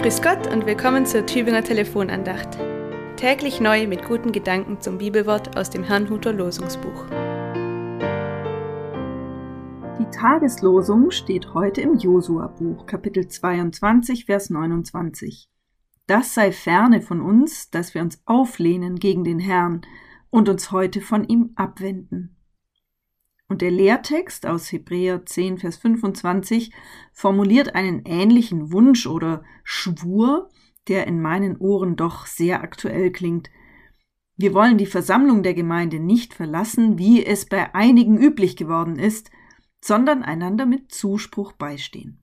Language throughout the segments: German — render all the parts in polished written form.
Grüß Gott und willkommen zur Tübinger Telefonandacht. Täglich neu mit guten Gedanken zum Bibelwort aus dem Herrnhuter Losungsbuch. Die Tageslosung steht heute im Josua-Buch, Kapitel 22, Vers 29. Das sei ferne von uns, dass wir uns auflehnen gegen den Herrn und uns heute von ihm abwenden. Und der Lehrtext aus Hebräer 10, Vers 25 formuliert einen ähnlichen Wunsch oder Schwur, der in meinen Ohren doch sehr aktuell klingt. Wir wollen die Versammlung der Gemeinde nicht verlassen, wie es bei einigen üblich geworden ist, sondern einander mit Zuspruch beistehen.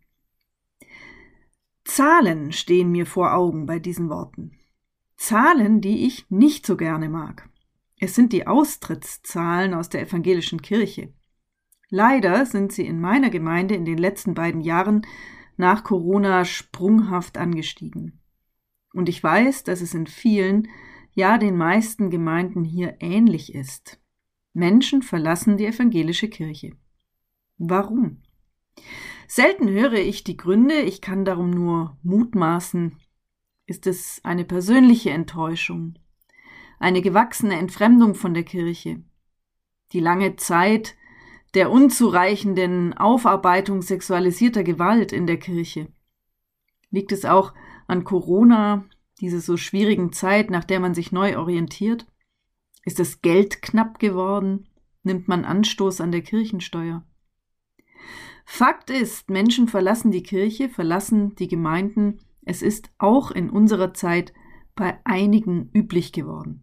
Zahlen stehen mir vor Augen bei diesen Worten. Zahlen, die ich nicht so gerne mag. Es sind die Austrittszahlen aus der evangelischen Kirche. Leider sind sie in meiner Gemeinde in den letzten 2 Jahren nach Corona sprunghaft angestiegen. Und ich weiß, dass es in vielen, ja den meisten Gemeinden hier ähnlich ist. Menschen verlassen die evangelische Kirche. Warum? Selten höre ich die Gründe, ich kann darum nur mutmaßen. Ist es eine persönliche Enttäuschung? Eine gewachsene Entfremdung von der Kirche? Die lange Zeit der unzureichenden Aufarbeitung sexualisierter Gewalt in der Kirche? Liegt es auch an Corona, dieser so schwierigen Zeit, nach der man sich neu orientiert? Ist das Geld knapp geworden? Nimmt man Anstoß an der Kirchensteuer? Fakt ist, Menschen verlassen die Kirche, verlassen die Gemeinden. Es ist auch in unserer Zeit bei einigen üblich geworden.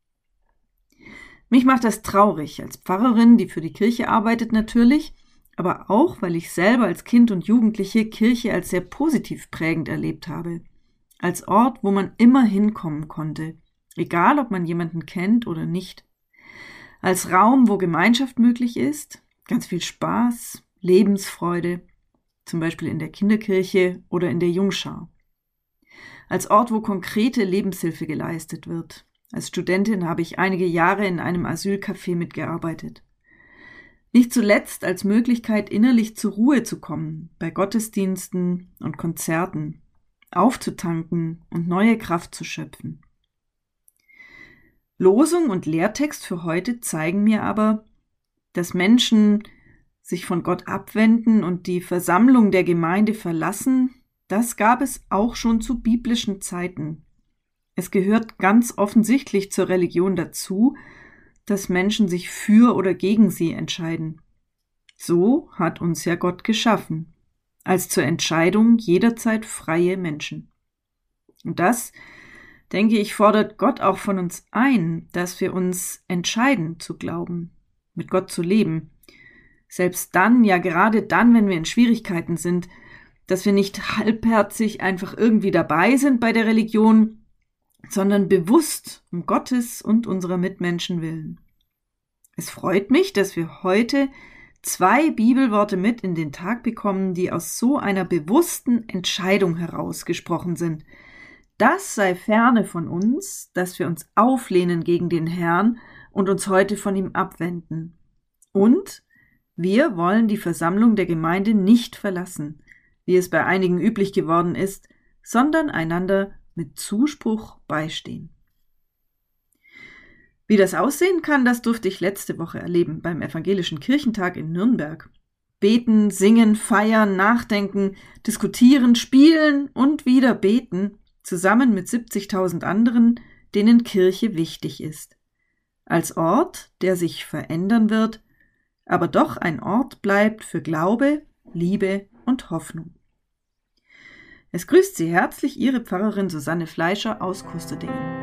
Mich macht das traurig, als Pfarrerin, die für die Kirche arbeitet natürlich, aber auch, weil ich selber als Kind und Jugendliche Kirche als sehr positiv prägend erlebt habe. Als Ort, wo man immer hinkommen konnte, egal ob man jemanden kennt oder nicht. Als Raum, wo Gemeinschaft möglich ist, ganz viel Spaß, Lebensfreude, zum Beispiel in der Kinderkirche oder in der Jungschar. Als Ort, wo konkrete Lebenshilfe geleistet wird. Als Studentin habe ich einige Jahre in einem Asylcafé mitgearbeitet. Nicht zuletzt als Möglichkeit, innerlich zur Ruhe zu kommen, bei Gottesdiensten und Konzerten, aufzutanken und neue Kraft zu schöpfen. Losung und Lehrtext für heute zeigen mir aber, dass Menschen sich von Gott abwenden und die Versammlung der Gemeinde verlassen. Das gab es auch schon zu biblischen Zeiten. Es gehört ganz offensichtlich zur Religion dazu, dass Menschen sich für oder gegen sie entscheiden. So hat uns ja Gott geschaffen, als zur Entscheidung jederzeit freie Menschen. Und das, denke ich, fordert Gott auch von uns ein, dass wir uns entscheiden zu glauben, mit Gott zu leben. Selbst dann, ja gerade dann, wenn wir in Schwierigkeiten sind, dass wir nicht halbherzig einfach irgendwie dabei sind bei der Religion, sondern bewusst um Gottes und unserer Mitmenschen willen. Es freut mich, dass wir heute 2 Bibelworte mit in den Tag bekommen, die aus so einer bewussten Entscheidung herausgesprochen sind. Das sei ferne von uns, dass wir uns auflehnen gegen den Herrn und uns heute von ihm abwenden. Und wir wollen die Versammlung der Gemeinde nicht verlassen, wie es bei einigen üblich geworden ist, sondern einander mit Zuspruch beistehen. Wie das aussehen kann, das durfte ich letzte Woche erleben beim Evangelischen Kirchentag in Nürnberg. Beten, singen, feiern, nachdenken, diskutieren, spielen und wieder beten, zusammen mit 70.000 anderen, denen Kirche wichtig ist. Als Ort, der sich verändern wird, aber doch ein Ort bleibt für Glaube, Liebe und Hoffnung. Es grüßt Sie herzlich Ihre Pfarrerin Susanne Fleischer aus Kusterdingen.